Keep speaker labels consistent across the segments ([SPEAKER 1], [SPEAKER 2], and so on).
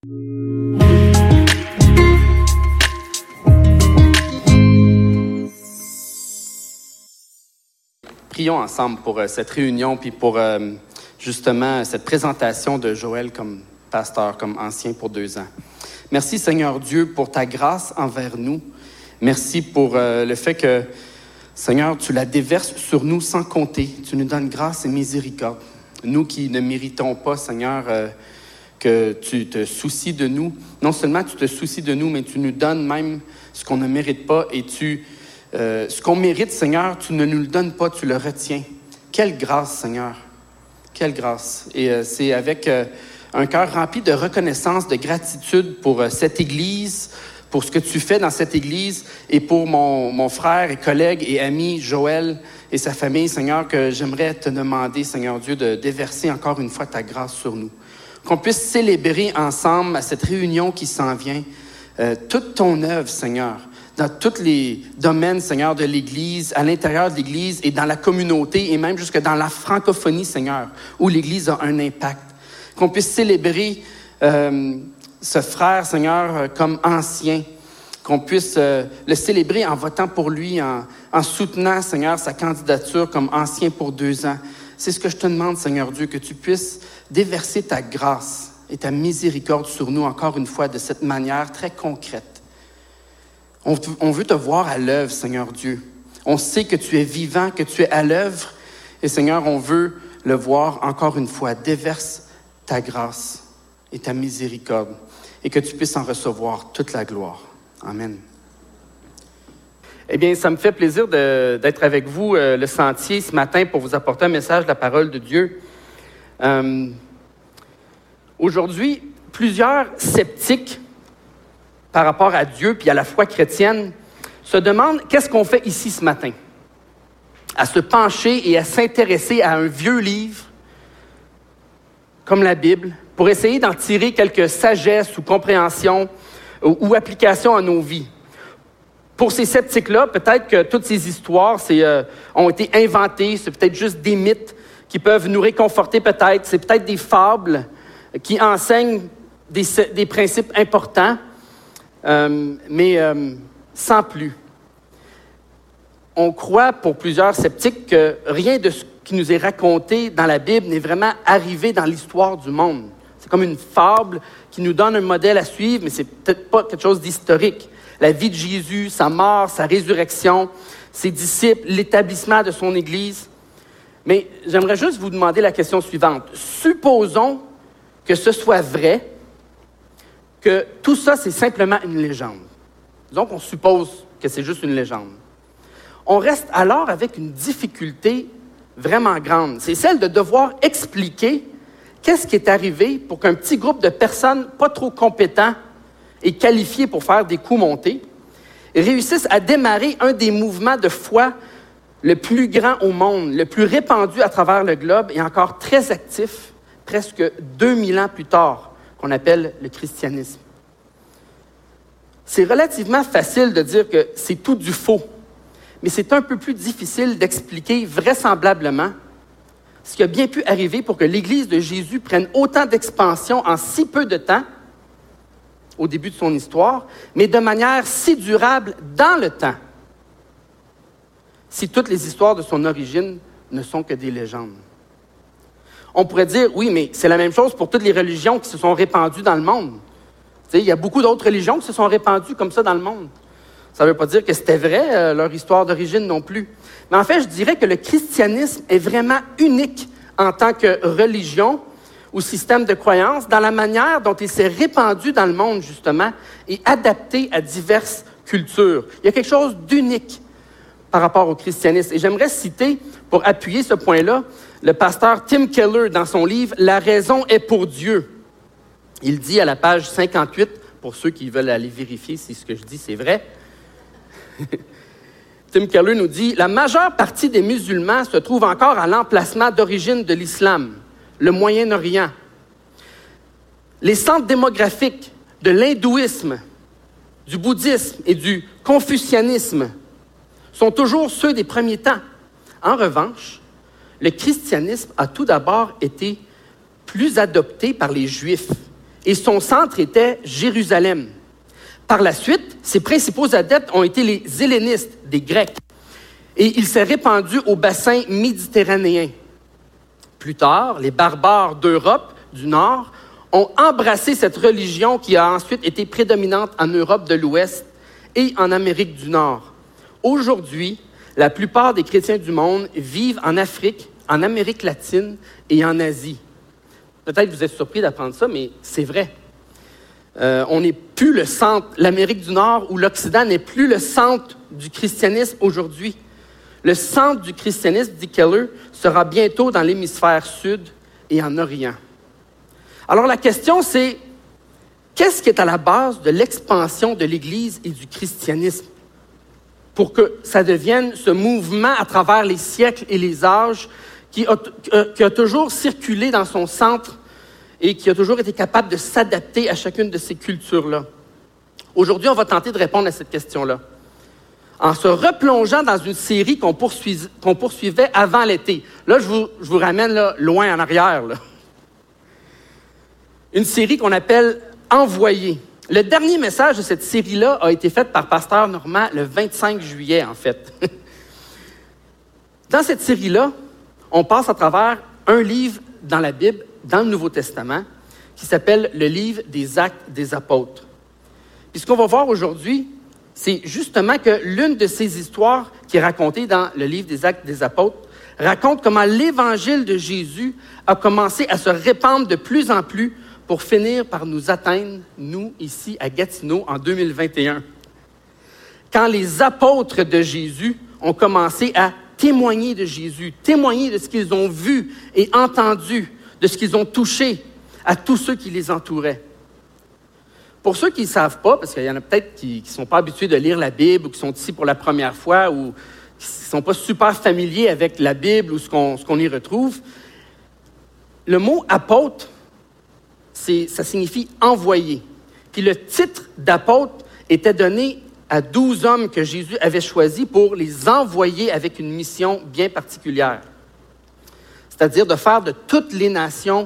[SPEAKER 1] Prions ensemble pour cette réunion, puis pour justement cette présentation de Joël comme pasteur, comme ancien pour 2 ans. Merci Seigneur Dieu pour ta grâce envers nous. Merci pour le fait que, Seigneur, tu la déverses sur nous sans compter. Tu nous donnes grâce et miséricorde. Nous qui ne méritons pas, Seigneur, que tu te soucies de nous. Non seulement tu te soucies de nous, mais tu nous donnes même ce qu'on ne mérite pas et ce qu'on mérite, Seigneur, tu ne nous le donnes pas, tu le retiens. Quelle grâce, Seigneur! Quelle grâce! Et c'est avec un cœur rempli de reconnaissance, de gratitude pour cette Église, pour ce que tu fais dans cette Église et pour mon frère et collègue et ami Joël et sa famille, Seigneur, que j'aimerais te demander, Seigneur Dieu, de déverser encore une fois ta grâce sur nous. Qu'on puisse célébrer ensemble à cette réunion qui s'en vient toute ton œuvre, Seigneur, dans tous les domaines, Seigneur, de l'Église, à l'intérieur de l'Église et dans la communauté et même jusque dans la francophonie, Seigneur, où l'Église a un impact. Qu'on puisse célébrer ce frère, Seigneur, comme ancien, qu'on puisse le célébrer en votant pour lui, en soutenant, Seigneur, sa candidature comme ancien pour 2 ans. C'est ce que je te demande, Seigneur Dieu, que tu puisses déverser ta grâce et ta miséricorde sur nous, encore une fois, de cette manière très concrète. On veut te voir à l'œuvre, Seigneur Dieu. On sait que tu es vivant, que tu es à l'œuvre. Et Seigneur, on veut le voir encore une fois. Déverse ta grâce et ta miséricorde et que tu puisses en recevoir toute la gloire. Amen. Eh bien, ça me fait plaisir d'être avec vous le Sentier ce matin pour vous apporter un message de la parole de Dieu. Aujourd'hui, plusieurs sceptiques par rapport à Dieu puis à la foi chrétienne se demandent qu'est-ce qu'on fait ici ce matin? À se pencher et à s'intéresser à un vieux livre comme la Bible pour essayer d'en tirer quelques sagesses ou compréhensions ou applications à nos vies. Pour ces sceptiques-là, peut-être que toutes ces histoires ont été inventées, c'est peut-être juste des mythes qui peuvent nous réconforter peut-être, c'est peut-être des fables qui enseignent des principes importants, mais sans plus. On croit, pour plusieurs sceptiques, que rien de ce qui nous est raconté dans la Bible n'est vraiment arrivé dans l'histoire du monde. C'est comme une fable qui nous donne un modèle à suivre, mais c'est peut-être pas quelque chose d'historique. La vie de Jésus, sa mort, sa résurrection, ses disciples, l'établissement de son Église. Mais j'aimerais juste vous demander la question suivante. Supposons que ce soit vrai, que tout ça, c'est simplement une légende. Disons qu'on suppose que c'est juste une légende. On reste alors avec une difficulté vraiment grande. C'est celle de devoir expliquer qu'est-ce qui est arrivé pour qu'un petit groupe de personnes pas trop compétents et qualifiés pour faire des coups montés réussissent à démarrer un des mouvements de foi le plus grand au monde, le plus répandu à travers le globe et encore très actif, presque 2000 ans plus tard, qu'on appelle le christianisme. C'est relativement facile de dire que c'est tout du faux, mais c'est un peu plus difficile d'expliquer vraisemblablement ce qui a bien pu arriver pour que l'Église de Jésus prenne autant d'expansion en si peu de temps, au début de son histoire, mais de manière si durable dans le temps, si toutes les histoires de son origine ne sont que des légendes. On pourrait dire, oui, mais c'est la même chose pour toutes les religions qui se sont répandues dans le monde. Tu sais, il y a beaucoup d'autres religions qui se sont répandues comme ça dans le monde. Ça ne veut pas dire que c'était vrai, leur histoire d'origine non plus. Mais en fait, je dirais que le christianisme est vraiment unique en tant que religion ou système de croyance dans la manière dont il s'est répandu dans le monde, justement, et adapté à diverses cultures. Il y a quelque chose d'unique par rapport au christianisme. Et j'aimerais citer, pour appuyer ce point-là, le pasteur Tim Keller dans son livre « La raison est pour Dieu ». Il dit à la page 58, pour ceux qui veulent aller vérifier si ce que je dis c'est vrai, Tim Keller nous dit « La majeure partie des musulmans se trouve encore à l'emplacement d'origine de l'islam, le Moyen-Orient. Les centres démographiques de l'hindouisme, du bouddhisme et du confucianisme sont toujours ceux des premiers temps. En revanche, le christianisme a tout d'abord été plus adopté par les Juifs et son centre était Jérusalem. Par la suite, ses principaux adeptes ont été les hellénistes, des Grecs, et il s'est répandu au bassin méditerranéen. Plus tard, les barbares d'Europe du Nord ont embrassé cette religion qui a ensuite été prédominante en Europe de l'Ouest et en Amérique du Nord. Aujourd'hui, la plupart des chrétiens du monde vivent en Afrique, en Amérique latine et en Asie. Peut-être que vous êtes surpris d'apprendre ça, mais c'est vrai. On n'est plus le centre, l'Amérique du Nord ou l'Occident n'est plus le centre du christianisme aujourd'hui. Le centre du christianisme, dit Keller, sera bientôt dans l'hémisphère sud et en Orient. Alors la question c'est, qu'est-ce qui est à la base de l'expansion de l'Église et du christianisme pour que ça devienne ce mouvement à travers les siècles et les âges qui a toujours circulé dans son centre et qui a toujours été capable de s'adapter à chacune de ces cultures-là? Aujourd'hui, on va tenter de répondre à cette question-là en se replongeant dans une série qu'on poursuivait avant l'été. Là, je vous ramène là, loin en arrière. Là. Une série qu'on appelle « Envoyé ». Le dernier message de cette série-là a été fait par Pasteur Normand le 25 juillet, en fait. Dans cette série-là, on passe à travers un livre dans la Bible, dans le Nouveau Testament, qui s'appelle le livre des Actes des Apôtres. Puis ce qu'on va voir aujourd'hui, c'est justement que l'une de ces histoires qui est racontée dans le livre des Actes des Apôtres raconte comment l'Évangile de Jésus a commencé à se répandre de plus en plus pour finir par nous atteindre, nous, ici à Gatineau, en 2021. Quand les apôtres de Jésus ont commencé à témoigner de Jésus, témoigner de ce qu'ils ont vu et entendu, de ce qu'ils ont touché à tous ceux qui les entouraient. Pour ceux qui ne savent pas, parce qu'il y en a peut-être qui ne sont pas habitués de lire la Bible ou qui sont ici pour la première fois ou qui ne sont pas super familiers avec la Bible ou ce qu'on y retrouve, le mot « apôtre », ça signifie « envoyé ». Puis le titre d'apôtre était donné à 12 hommes que Jésus avait choisis pour les envoyer avec une mission bien particulière. C'est-à-dire de faire de toutes les nations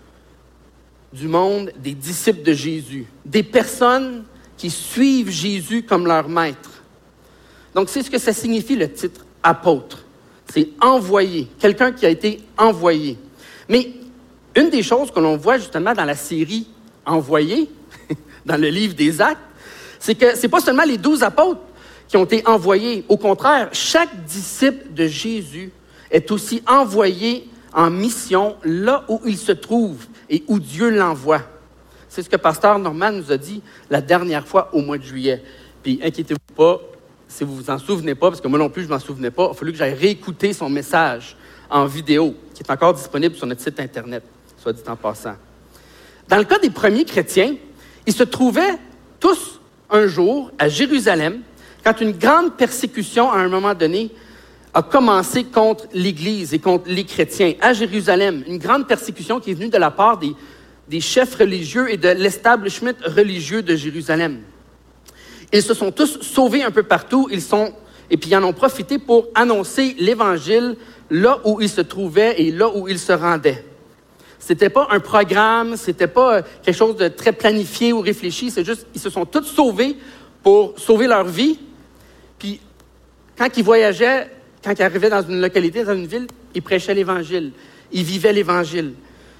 [SPEAKER 1] du monde des disciples de Jésus, des personnes qui suivent Jésus comme leur maître. Donc, c'est ce que ça signifie le titre « apôtre ». C'est envoyé, quelqu'un qui a été envoyé. Mais une des choses que l'on voit justement dans la série « Envoyé », dans le livre des Actes, c'est que ce n'est pas seulement les 12 apôtres qui ont été envoyés. Au contraire, chaque disciple de Jésus est aussi envoyé en mission là où il se trouve et où Dieu l'envoie. C'est ce que Pasteur Normand nous a dit la dernière fois au mois de juillet. Puis, inquiétez-vous pas, si vous vous en souvenez pas, parce que moi non plus, je m'en souvenais pas, il a fallu que j'aille réécouter son message en vidéo, qui est encore disponible sur notre site Internet, soit dit en passant. Dans le cas des premiers chrétiens, ils se trouvaient tous un jour à Jérusalem, quand une grande persécution, à un moment donné, a commencé contre l'Église et contre les chrétiens à Jérusalem. Une grande persécution qui est venue de la part des chefs religieux et de l'establishment religieux de Jérusalem. Ils se sont tous sauvés un peu partout, et puis ils en ont profité pour annoncer l'Évangile là où ils se trouvaient et là où ils se rendaient. C'était pas un programme, c'était pas quelque chose de très planifié ou réfléchi, c'est juste, ils se sont tous sauvés pour sauver leur vie. Puis, quand ils voyageaient, quand ils arrivaient dans une localité, dans une ville, ils prêchaient l'Évangile. Ils vivaient l'Évangile.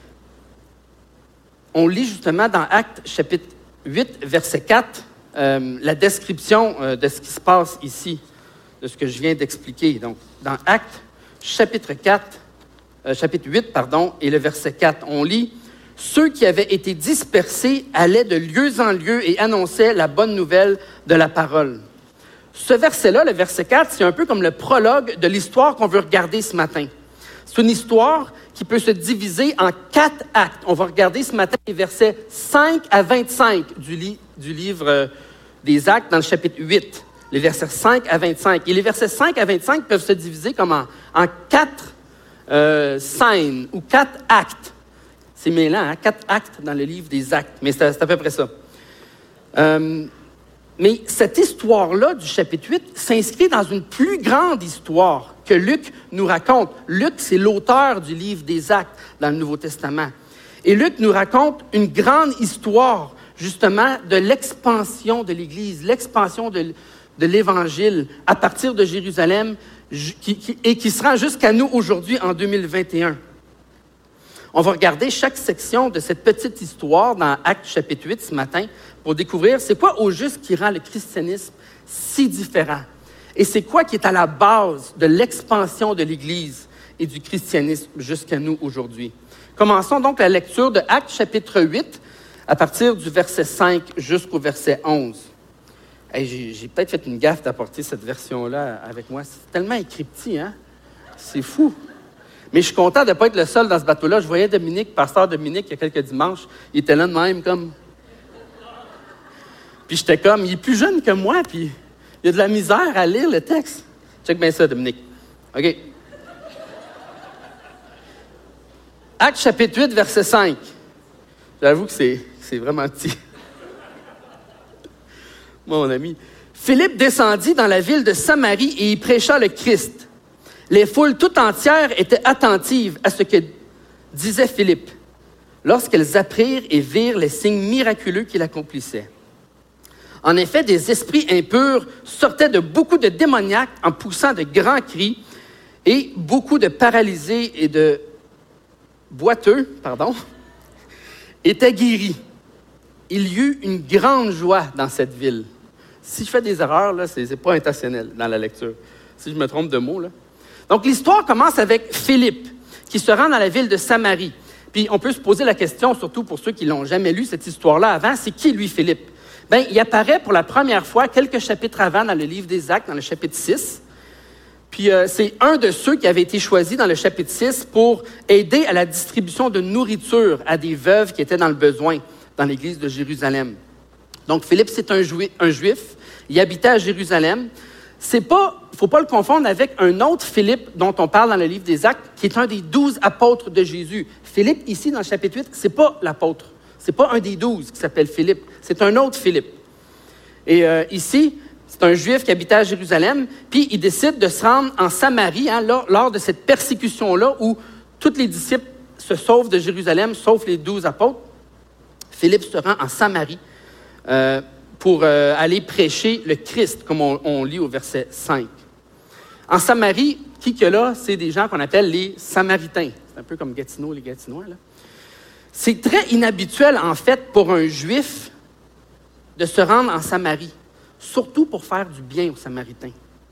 [SPEAKER 1] On lit justement dans Actes, chapitre 8, verset 4, la description de ce qui se passe ici, de ce que je viens d'expliquer. Donc, dans Actes, chapitre 8, et le verset 4, on lit « Ceux qui avaient été dispersés allaient de lieu en lieu et annonçaient la bonne nouvelle de la parole. » Ce verset-là, le verset 4, c'est un peu comme le prologue de l'histoire qu'on veut regarder ce matin. C'est une histoire qui peut se diviser en 4 actes. On va regarder ce matin les versets 5 à 25 du livre des Actes dans le chapitre 8. Les versets 5 à 25. Et les versets 5 à 25 peuvent se diviser comme en 4 scènes ou 4 actes. C'est mêlant, 4 actes dans le livre des Actes, mais c'est à peu près ça. Mais cette histoire-là du chapitre 8 s'inscrit dans une plus grande histoire que Luc nous raconte. Luc, c'est l'auteur du livre des Actes dans le Nouveau Testament. Et Luc nous raconte une grande histoire, justement, de l'expansion de l'Église, l'expansion de l'Évangile à partir de Jérusalem et qui se rend jusqu'à nous aujourd'hui en 2021. On va regarder chaque section de cette petite histoire dans Actes chapitre 8 ce matin pour découvrir c'est quoi au juste qui rend le christianisme si différent. Et c'est quoi qui est à la base de l'expansion de l'Église et du christianisme jusqu'à nous aujourd'hui. Commençons donc la lecture de Actes chapitre 8 à partir du verset 5 jusqu'au verset 11. Hey, j'ai peut-être fait une gaffe d'apporter cette version-là avec moi. C'est tellement écrit petit, hein? C'est fou. Mais je suis content de ne pas être le seul dans ce bateau-là. Je voyais Dominique, pasteur Dominique, il y a quelques dimanches. Il était là de même, comme... Puis j'étais comme, il est plus jeune que moi, puis il a de la misère à lire le texte. Check bien ça, Dominique. OK. Actes chapitre 8, verset 5. J'avoue que c'est vraiment petit. Mon ami. Philippe descendit dans la ville de Samarie et y prêcha le Christ. Les foules tout entières étaient attentives à ce que disait Philippe, lorsqu'elles apprirent et virent les signes miraculeux qu'il accomplissait. En effet, des esprits impurs sortaient de beaucoup de démoniaques en poussant de grands cris, et beaucoup de paralysés et de boiteux, étaient guéris. Il y eut une grande joie dans cette ville. Si je fais des erreurs, là, c'est pas intentionnel dans la lecture. Si je me trompe de mots, là. Donc, l'histoire commence avec Philippe, qui se rend dans la ville de Samarie. Puis, on peut se poser la question, surtout pour ceux qui l'ont jamais lu, cette histoire-là avant, c'est qui, lui, Philippe? Bien, il apparaît pour la première fois quelques chapitres avant dans le livre des Actes, dans le chapitre 6. Puis, c'est un de ceux qui avait été choisi dans le chapitre 6 pour aider à la distribution de nourriture à des veuves qui étaient dans le besoin dans l'église de Jérusalem. Donc, Philippe, c'est un Juif. Il habitait à Jérusalem. Faut pas le confondre avec un autre Philippe dont on parle dans le livre des Actes, qui est un des 12 apôtres de Jésus. Philippe, ici, dans le chapitre 8, c'est pas l'apôtre. C'est pas un des 12 qui s'appelle Philippe. C'est un autre Philippe. Et ici, c'est un Juif qui habitait à Jérusalem, puis il décide de se rendre en Samarie, lors de cette persécution-là, où tous les disciples se sauvent de Jérusalem, sauf les 12 apôtres. Philippe se rend en Samarie pour aller prêcher le Christ, comme on lit au verset 5. En Samarie, qui que là, c'est des gens qu'on appelle les Samaritains. C'est un peu comme Gatineau, les Gatinois, là. C'est très inhabituel, en fait, pour un Juif de se rendre en Samarie, surtout pour faire du bien aux Samaritains.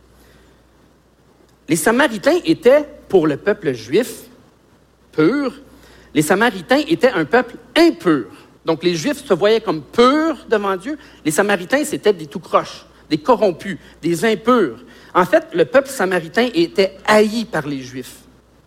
[SPEAKER 1] Les Samaritains étaient, pour le peuple juif pur, les Samaritains étaient un peuple impur. Donc, les Juifs se voyaient comme purs devant Dieu. Les Samaritains, c'était des tout croches, des corrompus, des impurs. En fait, le peuple samaritain était haï par les Juifs.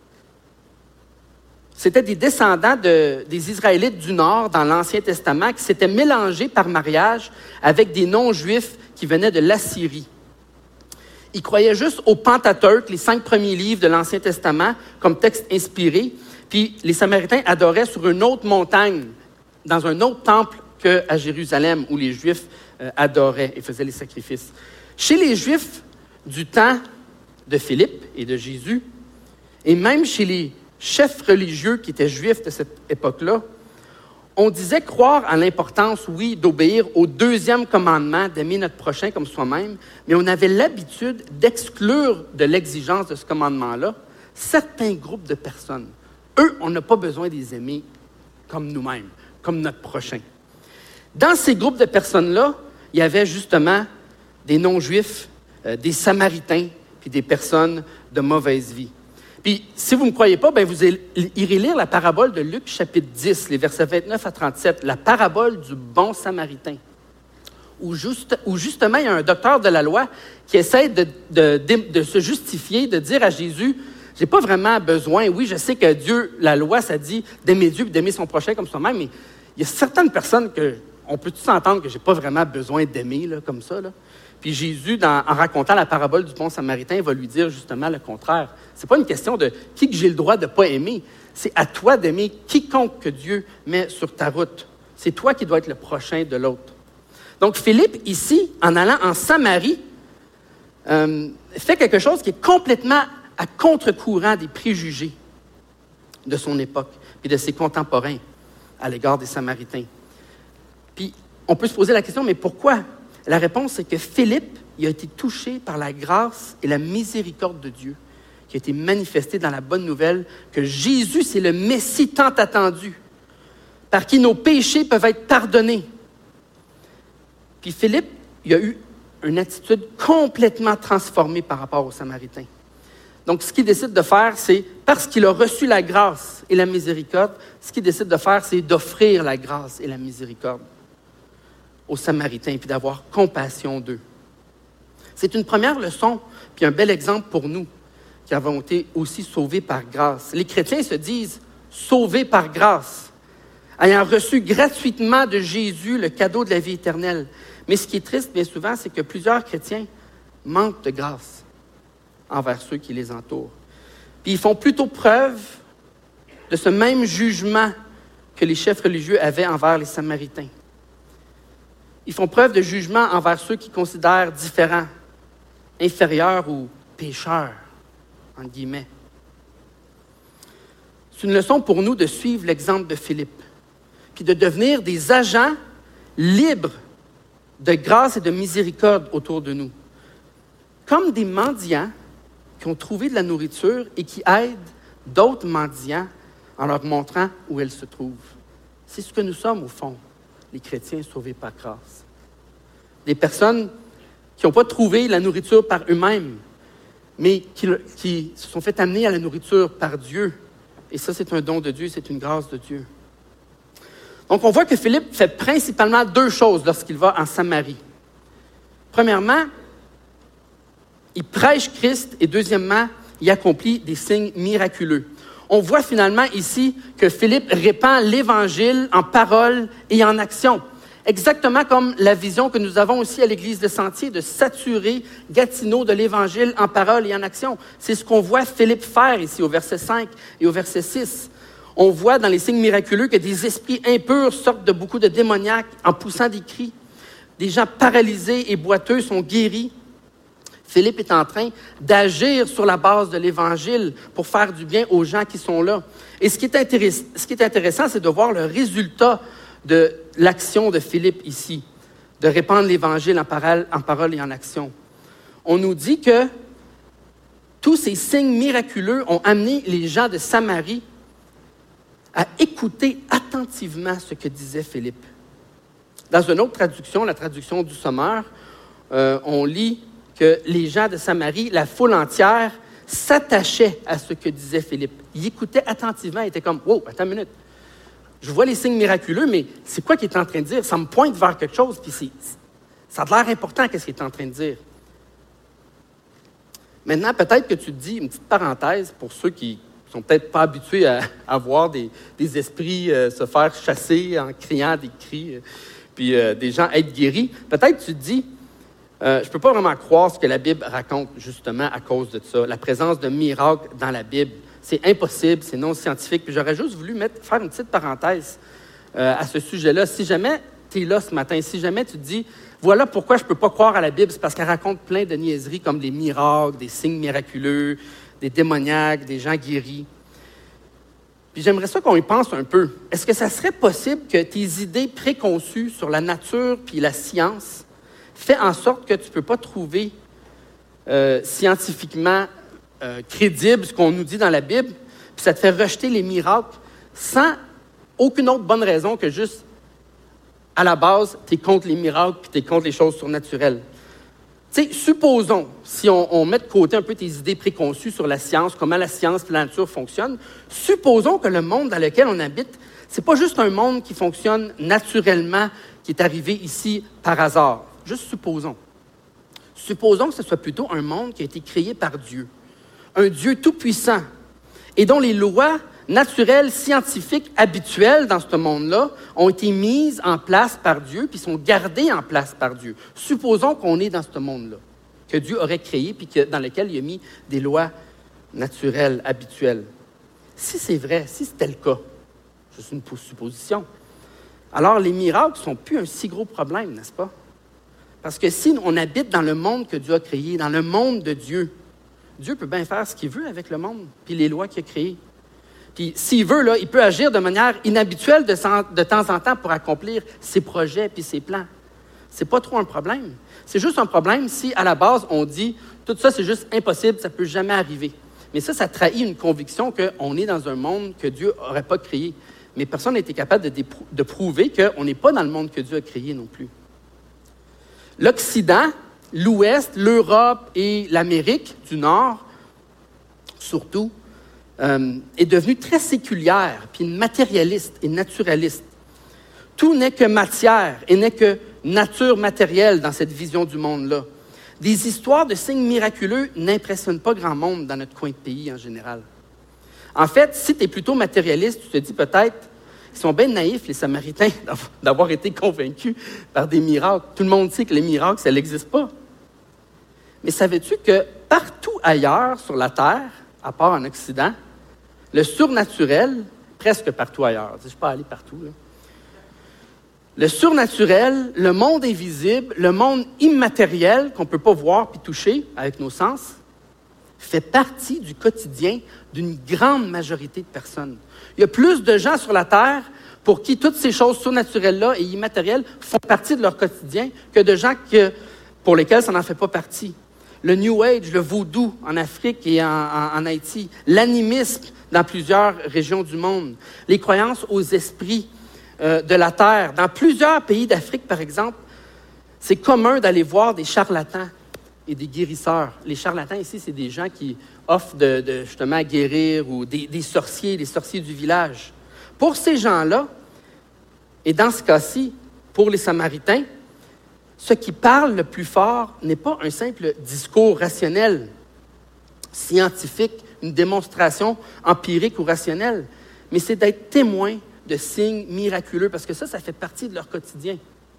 [SPEAKER 1] C'était des descendants des Israélites du Nord dans l'Ancien Testament qui s'étaient mélangés par mariage avec des non-Juifs qui venaient de l'Assyrie. Ils croyaient juste au Pentateuque, les 5 premiers livres de l'Ancien Testament, comme texte inspiré. Puis les Samaritains adoraient sur une autre montagne, dans un autre temple qu'à Jérusalem, où les Juifs adoraient et faisaient les sacrifices. Chez les Juifs du temps de Philippe et de Jésus, et même chez les chefs religieux qui étaient juifs de cette époque-là, on disait croire à l'importance, oui, d'obéir au 2e commandement, d'aimer notre prochain comme soi-même, mais on avait l'habitude d'exclure de l'exigence de ce commandement-là certains groupes de personnes. Eux, on n'a pas besoin de les aimer comme nous-mêmes, comme notre prochain. Dans ces groupes de personnes-là, il y avait justement des non-juifs, des Samaritains, puis des personnes de mauvaise vie. Puis, si vous ne me croyez pas, bien, vous irez lire la parabole de Luc, chapitre 10, les versets 29 à 37, la parabole du bon Samaritain, où justement, il y a un docteur de la loi qui essaie de se justifier, de dire à Jésus, « J'ai pas vraiment besoin, oui, je sais que Dieu, la loi, ça dit d'aimer Dieu et d'aimer son prochain comme soi-même, mais il y a certaines personnes on peut tous entendre que j'ai pas vraiment besoin d'aimer, là, comme ça, là. » Puis Jésus, en racontant la parabole du bon Samaritain, va lui dire justement le contraire. C'est pas une question de qui que j'ai le droit de ne pas aimer. C'est à toi d'aimer quiconque que Dieu met sur ta route. C'est toi qui dois être le prochain de l'autre. Donc Philippe, ici, en allant en Samarie, fait quelque chose qui est complètement à contre-courant des préjugés de son époque et de ses contemporains. à l'égard des Samaritains. Puis, on peut se poser la question, mais pourquoi? La réponse, c'est que Philippe, il a été touché par la grâce et la miséricorde de Dieu, qui a été manifestée dans la bonne nouvelle que Jésus, c'est le Messie tant attendu, par qui nos péchés peuvent être pardonnés. Puis Philippe, il a eu une attitude complètement transformée par rapport aux Samaritains. Donc, ce qu'il décide de faire, c'est, parce qu'il a reçu la grâce et la miséricorde, ce qu'il décide de faire, c'est d'offrir la grâce et la miséricorde aux Samaritains, puis d'avoir compassion d'eux. C'est une première leçon, puis un bel exemple pour nous, qui avons été aussi sauvés par grâce. Les chrétiens se disent sauvés par grâce, ayant reçu gratuitement de Jésus le cadeau de la vie éternelle. Mais ce qui est triste, bien souvent, c'est que plusieurs chrétiens manquent de grâce envers ceux qui les entourent. Puis ils font plutôt preuve de ce même jugement que les chefs religieux avaient envers les Samaritains. Ils font preuve de jugement envers ceux qui considèrent différents, inférieurs ou pécheurs, entre guillemets. C'est une leçon pour nous de suivre l'exemple de Philippe, puis de devenir des agents libres de grâce et de miséricorde autour de nous. Comme des mendiants qui ont trouvé de la nourriture et qui aident d'autres mendiants en leur montrant où elle se trouve. C'est ce que nous sommes, au fond, les chrétiens sauvés par grâce. Des personnes qui n'ont pas trouvé la nourriture par eux-mêmes, mais qui se sont fait amener à la nourriture par Dieu. Et ça, c'est un don de Dieu, c'est une grâce de Dieu. Donc, on voit que Philippe fait principalement deux choses lorsqu'il va en Samarie. Premièrement, il prêche Christ et deuxièmement, il accomplit des signes miraculeux. On voit finalement ici que Philippe répand l'Évangile en parole et en action. Exactement comme la vision que nous avons aussi à l'Église de Sentier, de saturer Gatineau de l'Évangile en parole et en action. C'est ce qu'on voit Philippe faire ici au verset 5 et au verset 6. On voit dans les signes miraculeux que des esprits impurs sortent de beaucoup de démoniaques en poussant des cris. Des gens paralysés et boiteux sont guéris. Philippe est en train d'agir sur la base de l'Évangile pour faire du bien aux gens qui sont là. Et ce qui est intéressant, c'est de voir le résultat de l'action de Philippe ici, de répandre l'Évangile en parole et en action. On nous dit que tous ces signes miraculeux ont amené les gens de Samarie à écouter attentivement ce que disait Philippe. Dans une autre traduction, la traduction du Sommeur, on lit que les gens de Samarie, la foule entière, s'attachait à ce que disait Philippe. Ils écoutaient attentivement, ils étaient comme « Wow, attends une minute. Je vois les signes miraculeux, mais c'est quoi qu'il est en train de dire? Ça me pointe vers quelque chose, puis ça a l'air important, qu'est-ce qu'il est en train de dire. » Maintenant, peut-être que tu te dis, une petite parenthèse, pour ceux qui ne sont peut-être pas habitués à voir des esprits se faire chasser en criant des cris, puis des gens être guéris, peut-être tu te dis, je ne peux pas vraiment croire ce que la Bible raconte, justement, à cause de ça, la présence de miracles dans la Bible. C'est impossible, c'est non scientifique. Puis j'aurais juste voulu faire une petite parenthèse à ce sujet-là. Si jamais tu es là ce matin, si jamais tu te dis, voilà pourquoi je ne peux pas croire à la Bible, c'est parce qu'elle raconte plein de niaiseries comme des miracles, des signes miraculeux, des démoniaques, des gens guéris. Puis j'aimerais ça qu'on y pense un peu. Est-ce que ça serait possible que tes idées préconçues sur la nature puis la science fait en sorte que tu ne peux pas trouver scientifiquement crédible ce qu'on nous dit dans la Bible, puis ça te fait rejeter les miracles sans aucune autre bonne raison que juste, à la base, tu es contre les miracles puis tu es contre les choses surnaturelles. Tu sais, supposons, si on met de côté un peu tes idées préconçues sur la science, comment la science et la nature fonctionnent, supposons que le monde dans lequel on habite, c'est pas juste un monde qui fonctionne naturellement, qui est arrivé ici par hasard. Juste supposons. Supposons que ce soit plutôt un monde qui a été créé par Dieu. Un Dieu tout-puissant et dont les lois naturelles, scientifiques, habituelles dans ce monde-là ont été mises en place par Dieu puis sont gardées en place par Dieu. Supposons qu'on est dans ce monde-là, que Dieu aurait créé puis dans lequel il a mis des lois naturelles, habituelles. Si c'est vrai, si c'était le cas, c'est une supposition, alors les miracles ne sont plus un si gros problème, n'est-ce pas? Parce que si on habite dans le monde que Dieu a créé, dans le monde de Dieu, Dieu peut bien faire ce qu'il veut avec le monde, puis les lois qu'il a créées. Puis s'il veut, là, il peut agir de manière inhabituelle de temps en temps pour accomplir ses projets puis ses plans. C'est pas trop un problème. C'est juste un problème si, à la base, on dit « tout ça, c'est juste impossible, ça ne peut jamais arriver ». Mais ça trahit une conviction qu'on est dans un monde que Dieu n'aurait pas créé. Mais personne n'a été capable de prouver qu'on n'est pas dans le monde que Dieu a créé non plus. L'Occident, l'Ouest, l'Europe et l'Amérique du Nord, surtout, est devenue très séculière, puis matérialiste et naturaliste. Tout n'est que matière et n'est que nature matérielle dans cette vision du monde-là. Des histoires de signes miraculeux n'impressionnent pas grand monde dans notre coin de pays en général. En fait, si tu es plutôt matérialiste, tu te dis peut-être, ils sont bien naïfs, les Samaritains, d'avoir été convaincus par des miracles. Tout le monde sait que les miracles, ça n'existe pas. Mais savais-tu que partout ailleurs sur la Terre, à part en Occident, le surnaturel, presque partout ailleurs, je ne suis pas allé partout, là. Le surnaturel, le monde invisible, le monde immatériel qu'on ne peut pas voir puis toucher avec nos sens, fait partie du quotidien d'une grande majorité de personnes. Il y a plus de gens sur la Terre pour qui toutes ces choses surnaturelles-là et immatérielles font partie de leur quotidien que de gens pour lesquels ça n'en fait pas partie. Le New Age, le vaudou en Afrique et en Haïti, l'animisme dans plusieurs régions du monde, les croyances aux esprits de la Terre. Dans plusieurs pays d'Afrique, par exemple, c'est commun d'aller voir des charlatans et des guérisseurs. Les charlatans ici, c'est des gens qui offrent justement à guérir ou des sorciers, les sorciers du village. Pour ces gens-là, et dans ce cas-ci, pour les Samaritains, ce qui parle le plus fort n'est pas un simple discours rationnel, scientifique, une démonstration empirique ou rationnelle, mais c'est d'être témoin de signes miraculeux, parce que ça fait partie de leur quotidien.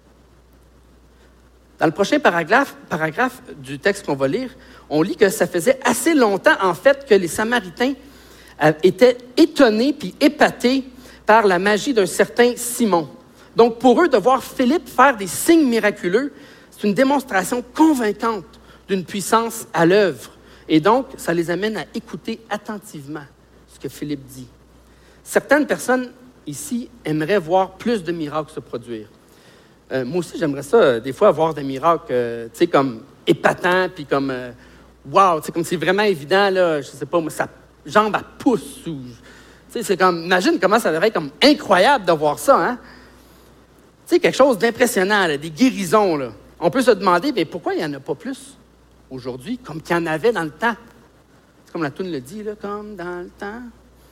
[SPEAKER 1] Dans le prochain paragraphe du texte qu'on va lire, on lit que ça faisait assez longtemps, en fait, que les Samaritains étaient étonnés puis épatés par la magie d'un certain Simon. Donc, pour eux, de voir Philippe faire des signes miraculeux, c'est une démonstration convaincante d'une puissance à l'œuvre. Et donc, ça les amène à écouter attentivement ce que Philippe dit. Certaines personnes ici aimeraient voir plus de miracles se produire. Moi aussi, j'aimerais ça, des fois, voir des miracles, tu sais, comme épatants, puis comme, wow, tu sais, comme c'est vraiment évident, là, je sais pas, moi, sa jambe, elle pousse, ou, tu sais, c'est comme, imagine comment ça devrait être comme incroyable de voir ça, hein? Tu sais, quelque chose d'impressionnant, là, des guérisons, là. On peut se demander, mais pourquoi il n'y en a pas plus aujourd'hui, comme qu'il y en avait dans le temps? C'est comme la toune le dit, là, comme dans le temps.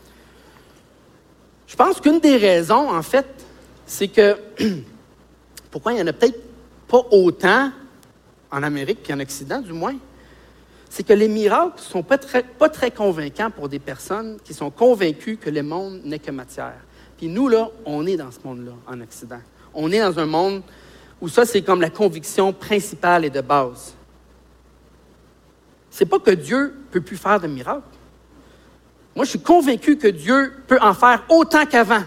[SPEAKER 1] Je pense qu'une des raisons, en fait, c'est que pourquoi il n'y en a peut-être pas autant en Amérique qu'en Occident, du moins, c'est que les miracles ne sont pas très convaincants pour des personnes qui sont convaincues que le monde n'est que matière. Puis nous, là, on est dans ce monde-là, en Occident. On est dans un monde où ça, c'est comme la conviction principale et de base. C'est pas que Dieu ne peut plus faire de miracles. Moi, je suis convaincu que Dieu peut en faire autant qu'avant.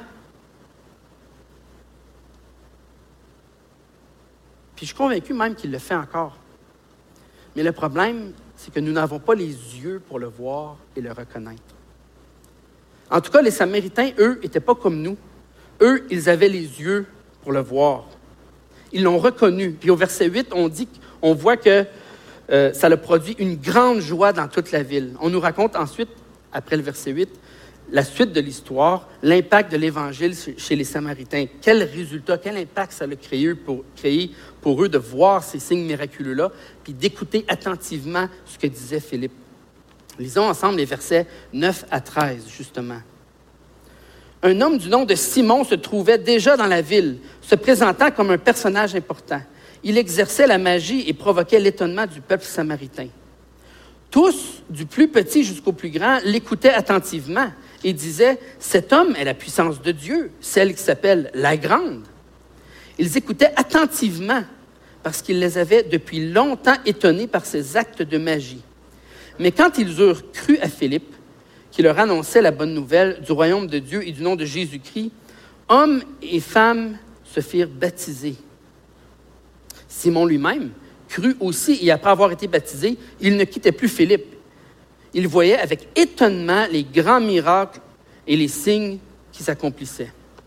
[SPEAKER 1] Puis je suis convaincu même qu'il le fait encore. Mais le problème, c'est que nous n'avons pas les yeux pour le voir et le reconnaître. En tout cas, les Samaritains, eux, n'étaient pas comme nous. Eux, ils avaient les yeux pour le voir. Ils l'ont reconnu. Puis au verset 8, on voit que ça a produit une grande joie dans toute la ville. On nous raconte ensuite, après le verset 8, la suite de l'histoire, l'impact de l'Évangile chez les Samaritains. Quel résultat, quel impact ça a créé pour eux de voir ces signes miraculeux-là, puis d'écouter attentivement ce que disait Philippe. Lisons ensemble les versets 9 à 13, justement. Un homme du nom de Simon se trouvait déjà dans la ville, se présentant comme un personnage important. Il exerçait la magie et provoquait l'étonnement du peuple samaritain. Tous, du plus petit jusqu'au plus grand, l'écoutaient attentivement et disaient « Cet homme est la puissance de Dieu, celle qui s'appelle la Grande. » Ils écoutaient attentivement parce qu'il les avait depuis longtemps étonnés par ses actes de magie. Mais quand ils eurent cru à Philippe, qui leur annonçait la bonne nouvelle du royaume de Dieu et du nom de Jésus-Christ, hommes et femmes se firent baptiser. Simon lui-même crut aussi, et après avoir été baptisé, il ne quittait plus Philippe. Il voyait avec étonnement les grands miracles et les signes qui s'accomplissaient.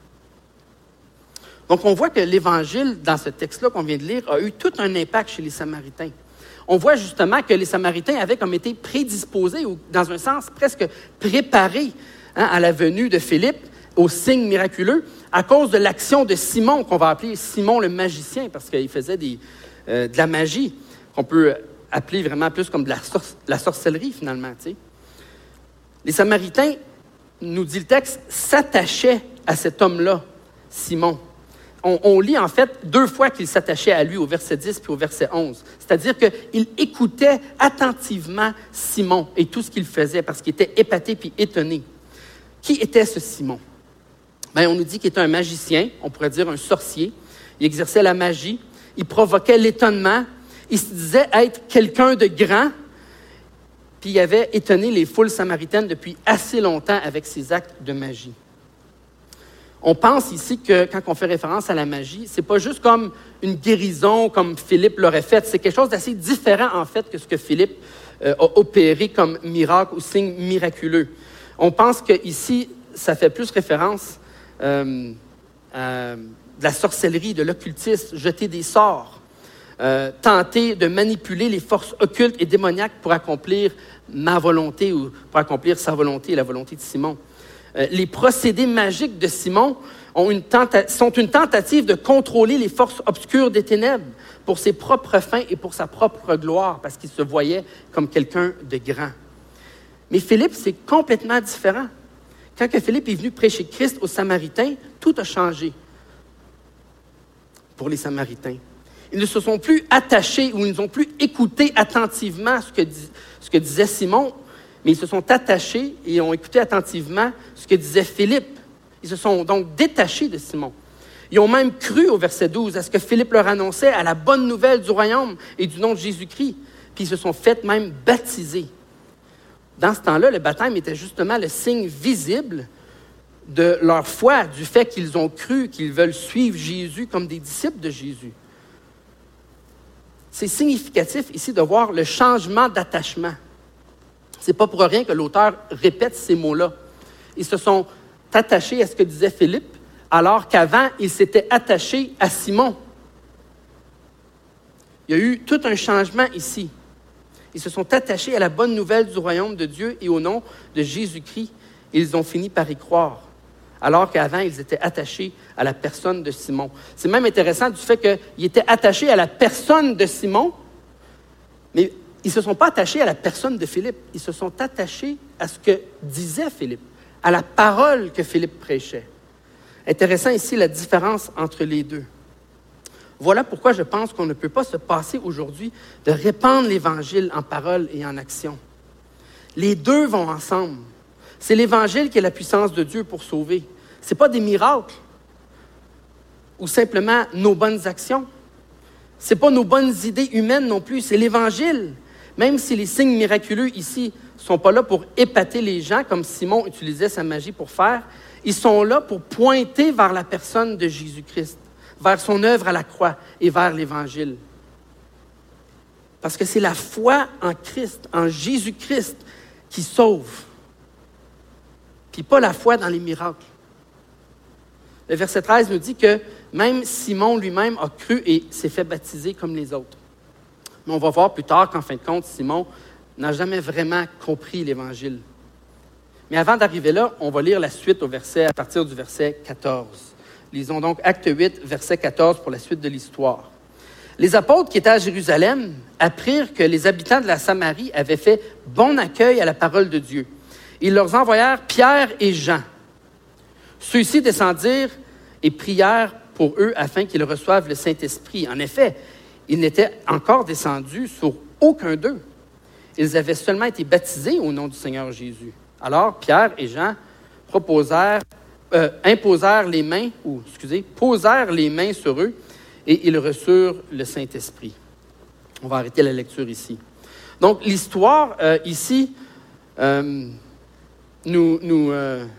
[SPEAKER 1] Donc, on voit que l'Évangile, dans ce texte-là qu'on vient de lire, a eu tout un impact chez les Samaritains. On voit justement que les Samaritains avaient comme été prédisposés, ou dans un sens presque préparés à la venue de Philippe, aux signes miraculeux, à cause de l'action de Simon, qu'on va appeler Simon le magicien, parce qu'il faisait de la magie, qu'on peut appeler vraiment plus comme de la sorcellerie, finalement. Tu sais. Les Samaritains, nous dit le texte, s'attachaient à cet homme-là, Simon. On lit en fait 2 fois qu'il s'attachait à lui, au verset 10 puis au verset 11. C'est-à-dire qu'il écoutait attentivement Simon et tout ce qu'il faisait parce qu'il était épaté puis étonné. Qui était ce Simon? Bien, on nous dit qu'il était un magicien, on pourrait dire un sorcier. Il exerçait la magie, il provoquait l'étonnement, il se disait être quelqu'un de grand, puis il avait étonné les foules samaritaines depuis assez longtemps avec ses actes de magie. On pense ici que quand on fait référence à la magie, c'est pas juste comme une guérison comme Philippe l'aurait fait, c'est quelque chose d'assez différent en fait que ce que Philippe a opéré comme miracle ou signe miraculeux. On pense qu'ici, ça fait plus référence à de la sorcellerie, de l'occultisme, jeter des sorts, tenter de manipuler les forces occultes et démoniaques pour accomplir ma volonté ou pour accomplir sa volonté et la volonté de Simon. Les procédés magiques de Simon sont une tentative de contrôler les forces obscures des ténèbres pour ses propres fins et pour sa propre gloire, parce qu'il se voyait comme quelqu'un de grand. Mais Philippe, c'est complètement différent. Quand Philippe est venu prêcher Christ aux Samaritains, tout a changé pour les Samaritains. Ils ne se sont plus attachés ou ils n'ont plus écouté attentivement ce que disait Simon, mais ils se sont attachés et ont écouté attentivement ce que disait Philippe. Ils se sont donc détachés de Simon. Ils ont même cru, au verset 12, à ce que Philippe leur annonçait, à la bonne nouvelle du royaume et du nom de Jésus-Christ. Puis ils se sont fait même baptiser. Dans ce temps-là, le baptême était justement le signe visible de leur foi, du fait qu'ils ont cru, qu'ils veulent suivre Jésus comme des disciples de Jésus. C'est significatif ici de voir le changement d'attachement. Ce n'est pas pour rien que l'auteur répète ces mots-là. Ils se sont attachés à ce que disait Philippe, alors qu'avant, ils s'étaient attachés à Simon. Il y a eu tout un changement ici. Ils se sont attachés à la bonne nouvelle du royaume de Dieu et au nom de Jésus-Christ. Ils ont fini par y croire, alors qu'avant, ils étaient attachés à la personne de Simon. C'est même intéressant du fait qu'ils étaient attachés à la personne de Simon, mais ils ne se sont pas attachés à la personne de Philippe. Ils se sont attachés à ce que disait Philippe, à la parole que Philippe prêchait. Intéressant ici la différence entre les deux. Voilà pourquoi je pense qu'on ne peut pas se passer aujourd'hui de répandre l'Évangile en parole et en action. Les deux vont ensemble. C'est l'Évangile qui est la puissance de Dieu pour sauver. Ce n'est pas des miracles ou simplement nos bonnes actions. Ce n'est pas nos bonnes idées humaines non plus, c'est l'Évangile. Même si les signes miraculeux ici ne sont pas là pour épater les gens, comme Simon utilisait sa magie pour faire, ils sont là pour pointer vers la personne de Jésus-Christ, vers son œuvre à la croix et vers l'Évangile. Parce que c'est la foi en Christ, en Jésus-Christ, qui sauve. Puis pas la foi dans les miracles. Le verset 13 nous dit que même Simon lui-même a cru et s'est fait baptiser comme les autres. Mais on va voir plus tard qu'en fin de compte, Simon n'a jamais vraiment compris l'Évangile. Mais avant d'arriver là, on va lire la suite à partir du verset 14. Lisons donc Acte 8, verset 14 pour la suite de l'histoire. Les apôtres qui étaient à Jérusalem apprirent que les habitants de la Samarie avaient fait bon accueil à la parole de Dieu. Ils leur envoyèrent Pierre et Jean. Ceux-ci descendirent et prièrent pour eux afin qu'ils reçoivent le Saint-Esprit. En effet, ils n'étaient encore descendus sur aucun d'eux. Ils avaient seulement été baptisés au nom du Seigneur Jésus. Alors, Pierre et Jean posèrent les mains sur eux et ils reçurent le Saint-Esprit. On va arrêter la lecture ici. Donc, l'histoire ici nous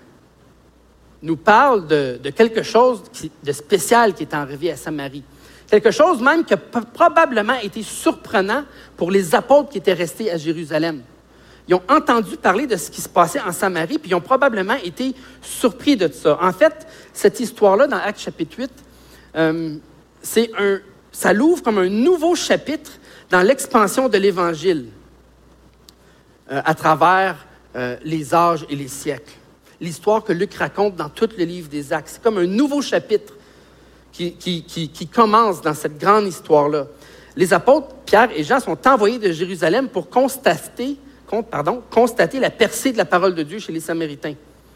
[SPEAKER 1] parle de quelque chose de spécial qui est arrivé à Samarie. Quelque chose même qui a probablement été surprenant pour les apôtres qui étaient restés à Jérusalem.
[SPEAKER 2] Ils ont entendu parler de ce qui se passait en Samarie, puis ils ont probablement été surpris de ça. En fait, cette histoire-là, dans Actes chapitre 8, ça l'ouvre comme un nouveau chapitre dans l'expansion de l'Évangile à travers les âges et les siècles. L'histoire que Luc raconte dans tout le livre des Actes, c'est comme un nouveau chapitre qui commence dans cette grande histoire-là. Les apôtres, Pierre et Jean, sont envoyés de Jérusalem pour constater la percée de la parole de Dieu chez les Samaritains.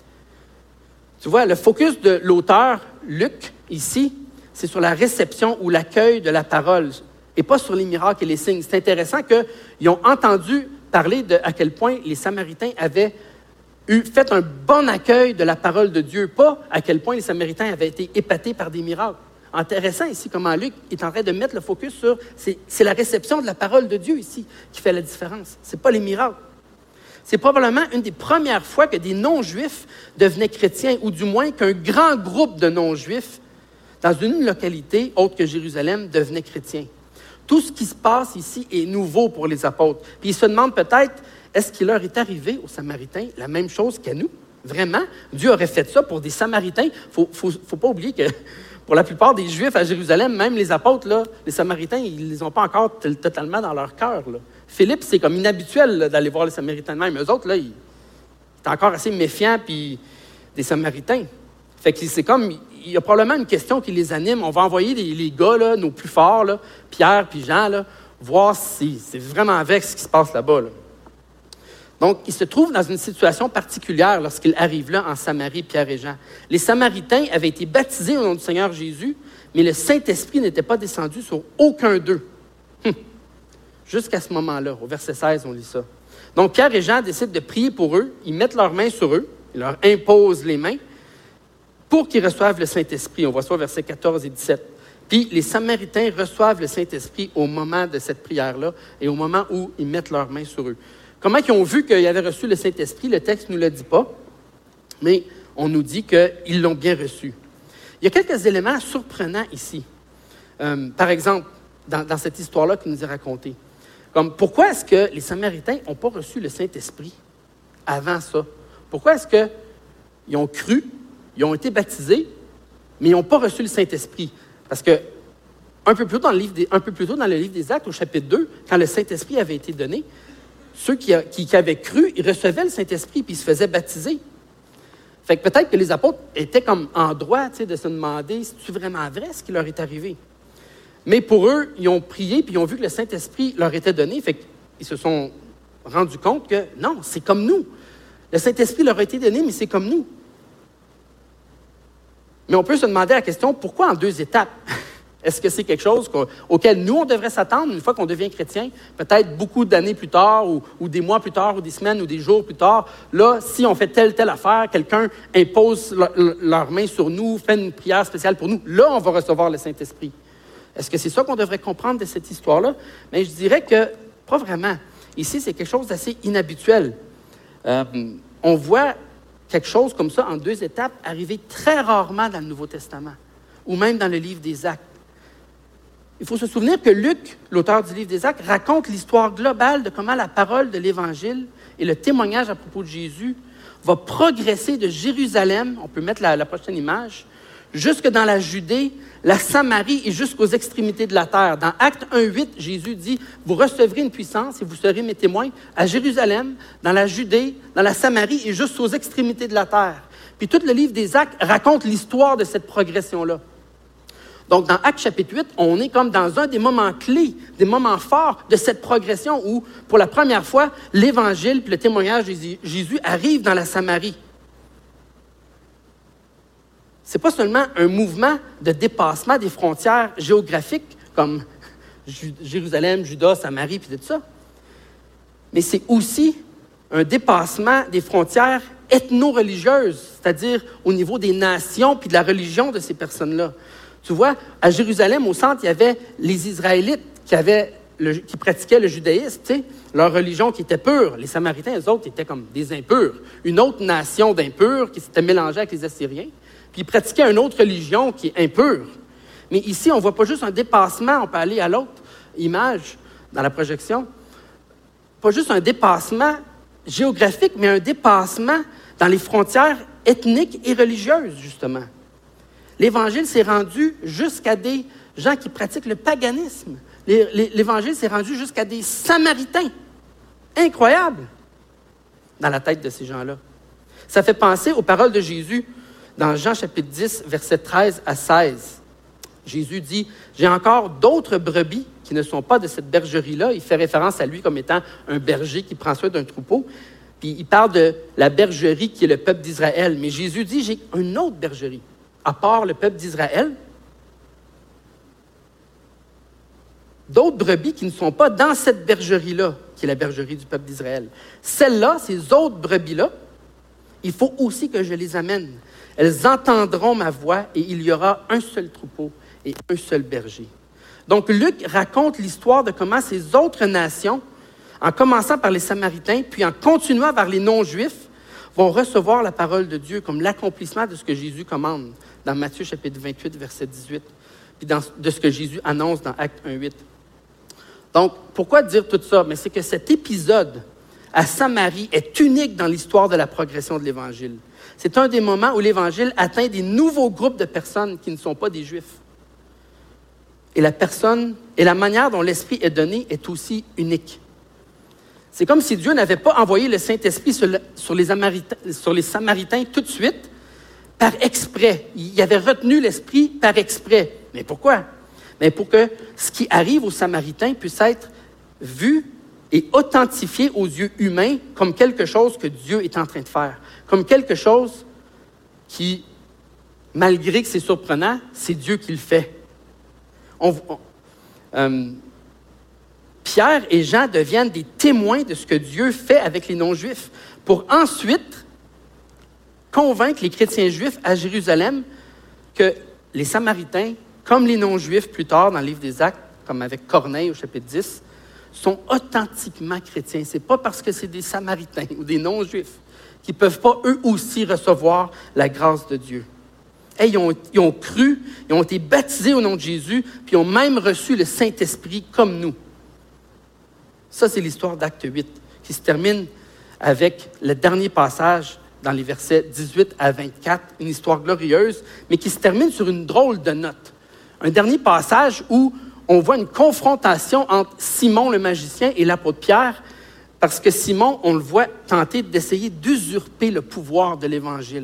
[SPEAKER 2] Tu vois, le focus de l'auteur, Luc, ici, c'est sur la réception ou l'accueil de la parole et pas sur les miracles et les signes. C'est intéressant qu'ils ont entendu parler de à quel point les Samaritains avaient fait un bon accueil de la parole de Dieu, pas à quel point les Samaritains avaient été épatés par des miracles. Intéressant ici comment Luc est en train de mettre le focus sur, c'est la réception de la parole de Dieu ici qui fait la différence. Ce n'est pas les miracles. C'est probablement une des premières fois que des non-juifs devenaient chrétiens, ou du moins qu'un grand groupe de non-juifs dans une localité autre que Jérusalem devenait chrétien. Tout ce qui se passe ici est nouveau pour les apôtres. Puis ils se demandent peut-être, est-ce qu'il leur est arrivé aux Samaritains la même chose qu'à nous? Vraiment? Dieu aurait fait ça pour des Samaritains? Faut pas oublier que pour la plupart des Juifs à Jérusalem, même les apôtres, là, les Samaritains, ils ne les ont pas encore totalement dans leur cœur. Là. Philippe, c'est comme inhabituel là, d'aller voir les Samaritains de même. Eux autres, là, ils étaient encore assez méfiants puis des Samaritains. Fait que c'est comme, il y a probablement une question qui les anime. On va envoyer les gars, là, nos plus forts, là, Pierre puis Jean, là, voir si c'est vraiment vrai ce qui se passe là-bas. Là. Donc, ils se trouvent dans une situation particulière lorsqu'ils arrivent là en Samarie, Pierre et Jean. Les Samaritains avaient été baptisés au nom du Seigneur Jésus, mais le Saint-Esprit n'était pas descendu sur aucun d'eux. Jusqu'à ce moment-là, au verset 16, on lit ça. Donc, Pierre et Jean décident de prier pour eux. Ils mettent leurs mains sur eux. Ils leur imposent les mains pour qu'ils reçoivent le Saint-Esprit. On voit ça au verset 14 et 17. Puis, les Samaritains reçoivent le Saint-Esprit au moment de cette prière-là et au moment où ils mettent leurs mains sur eux. Comment ils ont vu qu'ils avaient reçu le Saint-Esprit? Le texte ne nous le dit pas, mais on nous dit qu'ils l'ont bien reçu. Il y a quelques éléments surprenants ici. Par exemple, dans cette histoire-là qui nous est racontée. Comme, pourquoi est-ce que les Samaritains n'ont pas reçu le Saint-Esprit avant ça? Pourquoi est-ce qu'ils ont cru, ils ont été baptisés, mais ils n'ont pas reçu le Saint-Esprit? Parce que un peu plus tôt dans le livre des Actes, au chapitre 2, quand le Saint-Esprit avait été donné, ceux qui avaient cru, ils recevaient le Saint-Esprit puis ils se faisaient baptiser. Fait que peut-être que les apôtres étaient comme en droit de se demander si c'est vraiment vrai ce qui leur est arrivé. Mais pour eux, ils ont prié puis ils ont vu que le Saint-Esprit leur était donné. Fait qu'ils se sont rendus compte que non, c'est comme nous. Le Saint-Esprit leur a été donné, mais c'est comme nous. Mais on peut se demander la question, pourquoi en 2 étapes? Est-ce que c'est quelque chose auquel nous, on devrait s'attendre une fois qu'on devient chrétien, peut-être beaucoup d'années plus tard, ou des mois plus tard, ou des semaines, ou des jours plus tard? Là, si on fait telle affaire, quelqu'un impose leurs mains sur nous, fait une prière spéciale pour nous, là, on va recevoir le Saint-Esprit. Est-ce que c'est ça qu'on devrait comprendre de cette histoire-là? Mais je dirais que pas vraiment. Ici, c'est quelque chose d'assez inhabituel. On voit quelque chose comme ça en 2 étapes arriver très rarement dans le Nouveau Testament, ou même dans le livre des Actes. Il faut se souvenir que Luc, l'auteur du livre des Actes, raconte l'histoire globale de comment la parole de l'Évangile et le témoignage à propos de Jésus va progresser de Jérusalem, on peut mettre la prochaine image, jusque dans la Judée, la Samarie et jusqu'aux extrémités de la terre. Dans Actes 1:8, Jésus dit « Vous recevrez une puissance et vous serez mes témoins à Jérusalem, dans la Judée, dans la Samarie et jusqu'aux extrémités de la terre. » Puis tout le livre des Actes raconte l'histoire de cette progression-là. Donc, dans Actes chapitre 8, on est comme dans un des moments clés, des moments forts de cette progression où, pour la première fois, l'Évangile et le témoignage de Jésus arrivent dans la Samarie. Ce n'est pas seulement un mouvement de dépassement des frontières géographiques comme Jérusalem, Juda, Samarie, puis tout ça, mais c'est aussi un dépassement des frontières ethno-religieuses, c'est-à-dire au niveau des nations puis de la religion de ces personnes-là. Tu vois, à Jérusalem, au centre, il y avait les Israélites qui pratiquaient le judaïsme, tu sais, leur religion qui était pure. Les Samaritains, eux autres, étaient comme des impurs. Une autre nation d'impurs qui s'était mélangée avec les Assyriens. Puis ils pratiquaient une autre religion qui est impure. Mais ici, on ne voit pas juste un dépassement. On peut aller à l'autre image dans la projection. Pas juste un dépassement géographique, mais un dépassement dans les frontières ethniques et religieuses, justement. L'Évangile s'est rendu jusqu'à des gens qui pratiquent le paganisme. L'Évangile s'est rendu jusqu'à des Samaritains. Incroyable! Dans la tête de ces gens-là. Ça fait penser aux paroles de Jésus dans Jean chapitre 10, versets 13 à 16. Jésus dit, « J'ai encore d'autres brebis qui ne sont pas de cette bergerie-là. » Il fait référence à lui comme étant un berger qui prend soin d'un troupeau. Puis il parle de la bergerie qui est le peuple d'Israël. Mais Jésus dit, « J'ai une autre bergerie, à part le peuple d'Israël. » D'autres brebis qui ne sont pas dans cette bergerie-là, qui est la bergerie du peuple d'Israël. Celles-là, ces autres brebis-là, il faut aussi que je les amène. Elles entendront ma voix et il y aura un seul troupeau et un seul berger. Donc, Luc raconte l'histoire de comment ces autres nations, en commençant par les Samaritains, puis en continuant vers les non-Juifs, vont recevoir la parole de Dieu comme l'accomplissement de ce que Jésus commande dans Matthieu chapitre 28, verset 18, puis de ce que Jésus annonce dans Acte 1:8. Donc, pourquoi dire tout ça? Mais c'est que cet épisode à Samarie est unique dans l'histoire de la progression de l'Évangile. C'est un des moments où l'Évangile atteint des nouveaux groupes de personnes qui ne sont pas des Juifs. Et la manière dont l'Esprit est donné est aussi unique. C'est comme si Dieu n'avait pas envoyé le Saint-Esprit sur les Samaritains tout de suite, par exprès. Il avait retenu l'Esprit par exprès. Mais pourquoi? Mais pour que ce qui arrive aux Samaritains puisse être vu et authentifié aux yeux humains comme quelque chose que Dieu est en train de faire, comme quelque chose qui, malgré que c'est surprenant, c'est Dieu qui le fait. Pierre et Jean deviennent des témoins de ce que Dieu fait avec les non-juifs pour ensuite convaincre les chrétiens juifs à Jérusalem que les Samaritains, comme les non-juifs plus tard dans le livre des Actes, comme avec Corneille au chapitre 10, sont authentiquement chrétiens. Ce n'est pas parce que c'est des Samaritains ou des non-juifs qu'ils ne peuvent pas eux aussi recevoir la grâce de Dieu. Ils ont cru, ils ont été baptisés au nom de Jésus, puis ils ont même reçu le Saint-Esprit comme nous. Ça, c'est l'histoire d'Acte 8, qui se termine avec le dernier passage dans les versets 18 à 24, une histoire glorieuse, mais qui se termine sur une drôle de note. Un dernier passage où on voit une confrontation entre Simon le magicien et l'apôtre Pierre, parce que Simon, on le voit tenter d'essayer d'usurper le pouvoir de l'Évangile.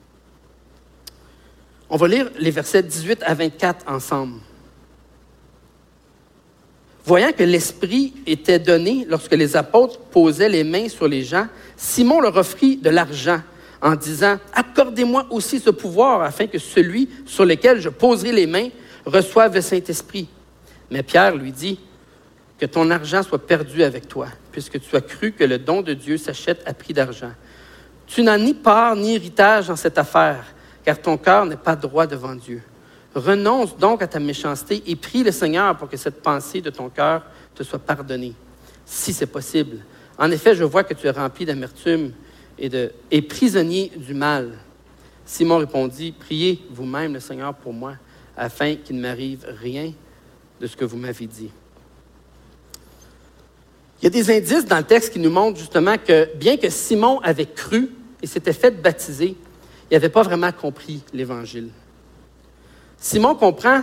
[SPEAKER 2] On va lire les versets 18 à 24 ensemble. Voyant que l'Esprit était donné lorsque les apôtres posaient les mains sur les gens, Simon leur offrit de l'argent en disant « Accordez-moi aussi ce pouvoir afin que celui sur lequel je poserai les mains reçoive le Saint-Esprit. » Mais Pierre lui dit « Que ton argent soit perdu avec toi, puisque tu as cru que le don de Dieu s'achète à prix d'argent. Tu n'as ni part ni héritage dans cette affaire, car ton cœur n'est pas droit devant Dieu. Renonce donc à ta méchanceté et prie le Seigneur pour que cette pensée de ton cœur te soit pardonnée, si c'est possible. En effet, je vois que tu es rempli d'amertume et prisonnier du mal. » Simon répondit, « Priez vous-même le Seigneur pour moi, afin qu'il ne m'arrive rien de ce que vous m'avez dit. » Il y a des indices dans le texte qui nous montrent justement que bien que Simon avait cru et s'était fait baptiser, il n'avait pas vraiment compris l'Évangile. Simon comprend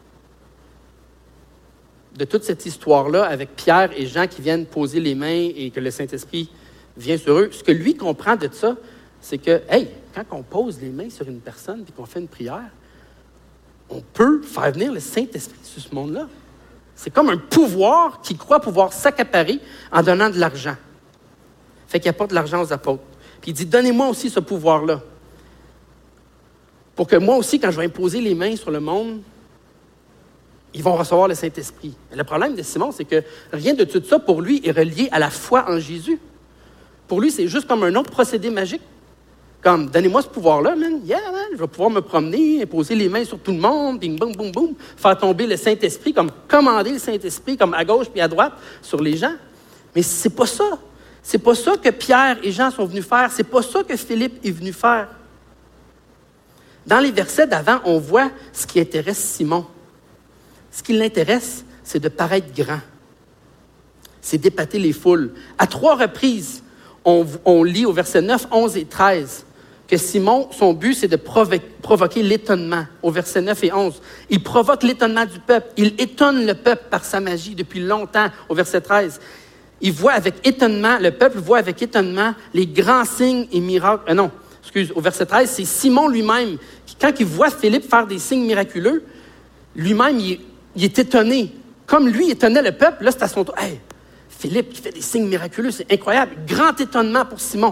[SPEAKER 2] de toute cette histoire-là avec Pierre et Jean qui viennent poser les mains et que le Saint-Esprit vient sur eux. Ce que lui comprend de ça, c'est que, quand on pose les mains sur une personne et qu'on fait une prière, on peut faire venir le Saint-Esprit sur ce monde-là. C'est comme un pouvoir qui croit pouvoir s'accaparer en donnant de l'argent. Fait qu'il apporte de l'argent aux apôtres. Puis il dit, donnez-moi aussi ce pouvoir-là. Pour que moi aussi, quand je vais imposer les mains sur le monde, ils vont recevoir le Saint-Esprit. Mais le problème de Simon, c'est que rien de tout ça, pour lui, est relié à la foi en Jésus. Pour lui, c'est juste comme un autre procédé magique. Comme, donnez-moi ce pouvoir-là, man. Yeah, man, je vais pouvoir me promener, imposer les mains sur tout le monde, bing, boum, boum, boum, faire tomber le Saint-Esprit, comme commander le Saint-Esprit, comme à gauche puis à droite, sur les gens. Mais c'est pas ça. C'est pas ça que Pierre et Jean sont venus faire. C'est pas ça que Philippe est venu faire. Dans les versets d'avant, on voit ce qui intéresse Simon. Ce qui l'intéresse, c'est de paraître grand. C'est d'épater les foules. À 3 reprises, on lit au verset 9, 11 et 13 que Simon, son but, c'est de provoquer l'étonnement. Au verset 9 et 11, il provoque l'étonnement du peuple. Il étonne le peuple par sa magie depuis longtemps. Au verset 13, le peuple voit avec étonnement les grands signes et miracles. Au verset 13, c'est Simon lui-même, qui, quand il voit Philippe faire des signes miraculeux, lui-même, il est étonné. Comme lui étonnait le peuple, là, c'est à son tour. Hey, Philippe qui fait des signes miraculeux, c'est incroyable. Grand étonnement pour Simon.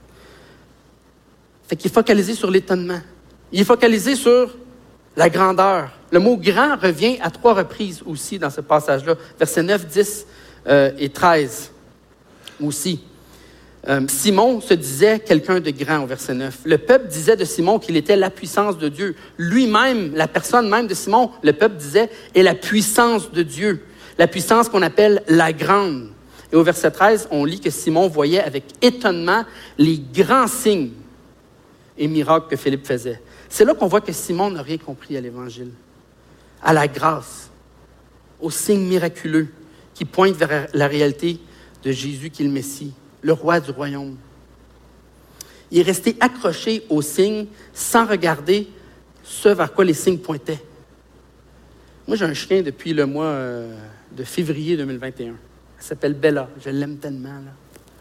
[SPEAKER 2] Fait qu'il est focalisé sur l'étonnement. Il est focalisé sur la grandeur. Le mot « grand » revient à 3 reprises aussi dans ce passage-là. Versets 9, 10 et 13 aussi. Simon se disait quelqu'un de grand au verset 9. Le peuple disait de Simon qu'il était la puissance de Dieu. Lui-même, la personne même de Simon, le peuple disait, est la puissance de Dieu. La puissance qu'on appelle la grande. Et au verset 13, on lit que Simon voyait avec étonnement les grands signes et miracles que Philippe faisait. C'est là qu'on voit que Simon n'a rien compris à l'Évangile, à la grâce, aux signes miraculeux qui pointent vers la réalité de Jésus qui est le Messie, le roi du royaume. Il est resté accroché aux signes sans regarder ce vers quoi les signes pointaient. Moi, j'ai un chien depuis le mois de février 2021. Elle s'appelle Bella. Je l'aime tellement. Là.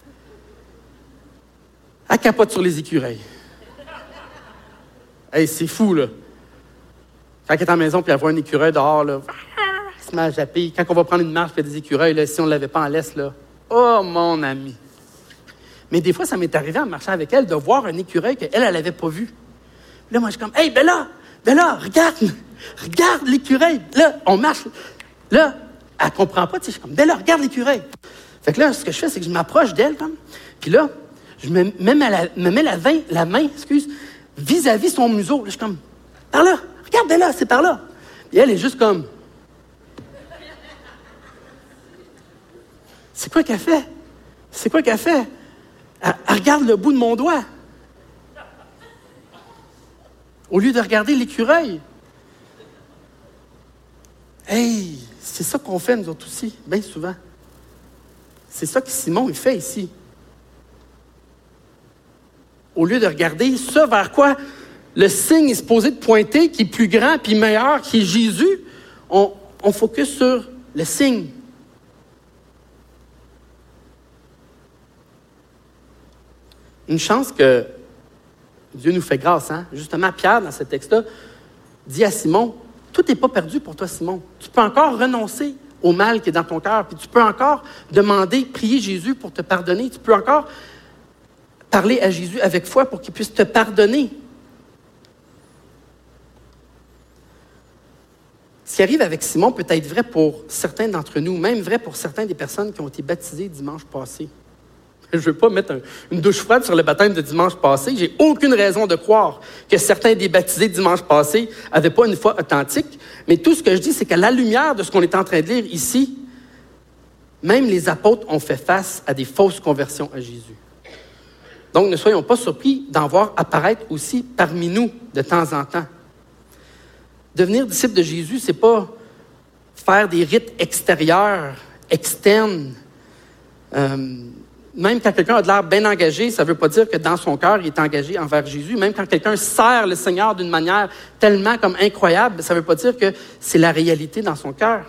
[SPEAKER 2] Elle capote sur les écureuils. Hey, c'est fou, là. Quand elle est à la maison et elle voit un écureuil dehors, là, elle se met à japper. Quand on va prendre une marche et des écureuils, là, si on ne l'avait pas en laisse, là, oh, mon ami! Mais des fois, ça m'est arrivé en marchant avec elle de voir un écureuil qu'elle n'avait pas vu. Là, moi, je suis comme, hey, Bella, regarde l'écureuil. Là, on marche. Là, elle ne comprend pas. Je suis comme, Bella, regarde l'écureuil. Fait que là, ce que je fais, c'est que je m'approche d'elle, comme, puis là, je me mets la main, vis-à-vis son museau. Là, je suis comme, par là, regarde Bella, c'est par là. Et elle est juste comme, c'est quoi qu'elle fait? Elle regarde le bout de mon doigt. Au lieu de regarder l'écureuil. Hey, c'est ça qu'on fait, nous autres aussi, bien souvent. C'est ça que Simon il fait ici. Au lieu de regarder ce vers quoi le signe est supposé de pointer, qui est plus grand puis meilleur, qui est Jésus, on focus sur le signe. Une chance que Dieu nous fait grâce. Hein? Justement, Pierre, dans ce texte-là, dit à Simon, tout n'est pas perdu pour toi, Simon. Tu peux encore renoncer au mal qui est dans ton cœur, puis tu peux encore prier Jésus pour te pardonner. Tu peux encore parler à Jésus avec foi pour qu'il puisse te pardonner. Ce qui arrive avec Simon peut être vrai pour certains d'entre nous, même vrai pour certaines des personnes qui ont été baptisées dimanche passé. Je ne veux pas mettre une douche froide sur le baptême de dimanche passé. J'ai aucune raison de croire que certains des baptisés dimanche passé n'avaient pas une foi authentique. Mais tout ce que je dis, c'est qu'à la lumière de ce qu'on est en train de lire ici, même les apôtres ont fait face à des fausses conversions à Jésus. Donc, ne soyons pas surpris d'en voir apparaître aussi parmi nous de temps en temps. Devenir disciple de Jésus, ce n'est pas faire des rites extérieurs, externes. Même quand quelqu'un a de l'air bien engagé, ça ne veut pas dire que dans son cœur, il est engagé envers Jésus. Même quand quelqu'un sert le Seigneur d'une manière tellement comme incroyable, ça ne veut pas dire que c'est la réalité dans son cœur.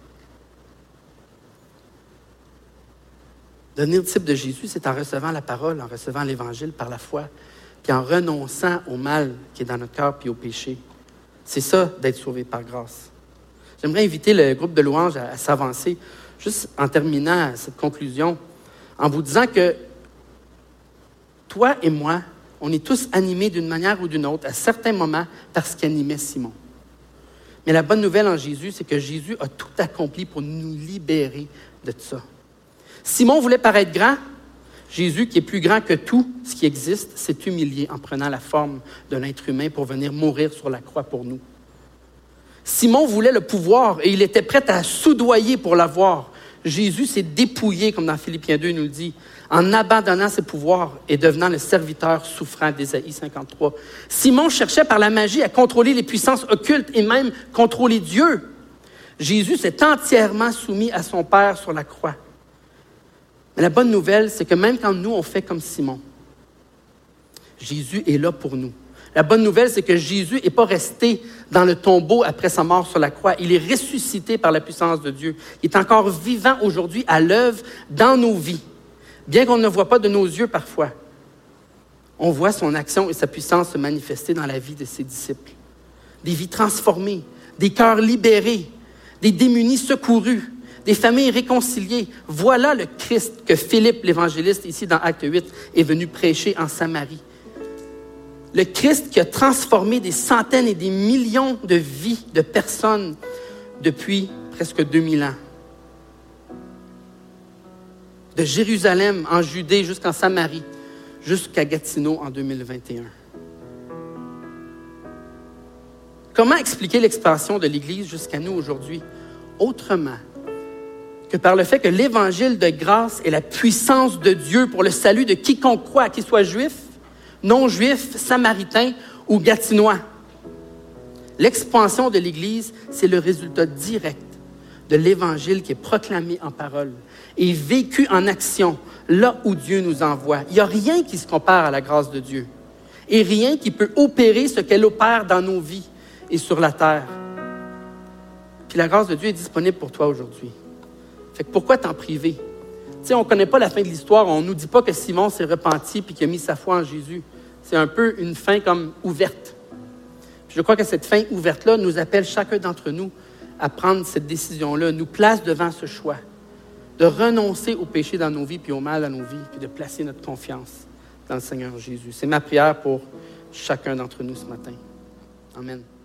[SPEAKER 2] Devenir disciple de Jésus, c'est en recevant la parole, en recevant l'Évangile par la foi, puis en renonçant au mal qui est dans notre cœur puis au péché. C'est ça, d'être sauvé par grâce. J'aimerais inviter le groupe de louanges à s'avancer, juste en terminant cette conclusion, en vous disant que toi et moi, on est tous animés d'une manière ou d'une autre, à certains moments, par ce qui animait Simon. Mais la bonne nouvelle en Jésus, c'est que Jésus a tout accompli pour nous libérer de ça. Simon voulait paraître grand. Jésus, qui est plus grand que tout ce qui existe, s'est humilié en prenant la forme d'un être humain pour venir mourir sur la croix pour nous. Simon voulait le pouvoir et il était prêt à soudoyer pour l'avoir. Jésus s'est dépouillé, comme dans Philippiens 2, il nous le dit, en abandonnant ses pouvoirs et devenant le serviteur souffrant d'Ésaïe 53. Simon cherchait par la magie à contrôler les puissances occultes et même contrôler Dieu. Jésus s'est entièrement soumis à son Père sur la croix. Mais la bonne nouvelle, c'est que même quand nous, on fait comme Simon, Jésus est là pour nous. La bonne nouvelle, c'est que Jésus n'est pas resté dans le tombeau après sa mort sur la croix. Il est ressuscité par la puissance de Dieu. Il est encore vivant aujourd'hui à l'œuvre dans nos vies. Bien qu'on ne le voit pas de nos yeux parfois, on voit son action et sa puissance se manifester dans la vie de ses disciples. Des vies transformées, des cœurs libérés, des démunis secourus, des familles réconciliées. Voilà le Christ que Philippe, l'évangéliste, ici dans Acte 8, est venu prêcher en Samarie. Le Christ qui a transformé des centaines et des millions de vies de personnes depuis presque 2000 ans. De Jérusalem en Judée jusqu'en Samarie, jusqu'à Gatineau en 2021. Comment expliquer l'expansion de l'Église jusqu'à nous aujourd'hui? Autrement que par le fait que l'Évangile de grâce est la puissance de Dieu pour le salut de quiconque croit, qu'il soit juif, non-juif, samaritain ou gatinois. L'expansion de l'Église, c'est le résultat direct de l'Évangile qui est proclamé en parole et vécu en action là où Dieu nous envoie. Il n'y a rien qui se compare à la grâce de Dieu et rien qui peut opérer ce qu'elle opère dans nos vies et sur la terre. Puis la grâce de Dieu est disponible pour toi aujourd'hui. Fait que pourquoi t'en priver? Tu sais, on ne connaît pas la fin de l'histoire. On ne nous dit pas que Simon s'est repenti et qu'il a mis sa foi en Jésus. C'est un peu une fin comme ouverte. Puis je crois que cette fin ouverte-là nous appelle chacun d'entre nous à prendre cette décision-là, nous place devant ce choix, de renoncer au péché dans nos vies puis au mal dans nos vies, puis de placer notre confiance dans le Seigneur Jésus. C'est ma prière pour chacun d'entre nous ce matin. Amen.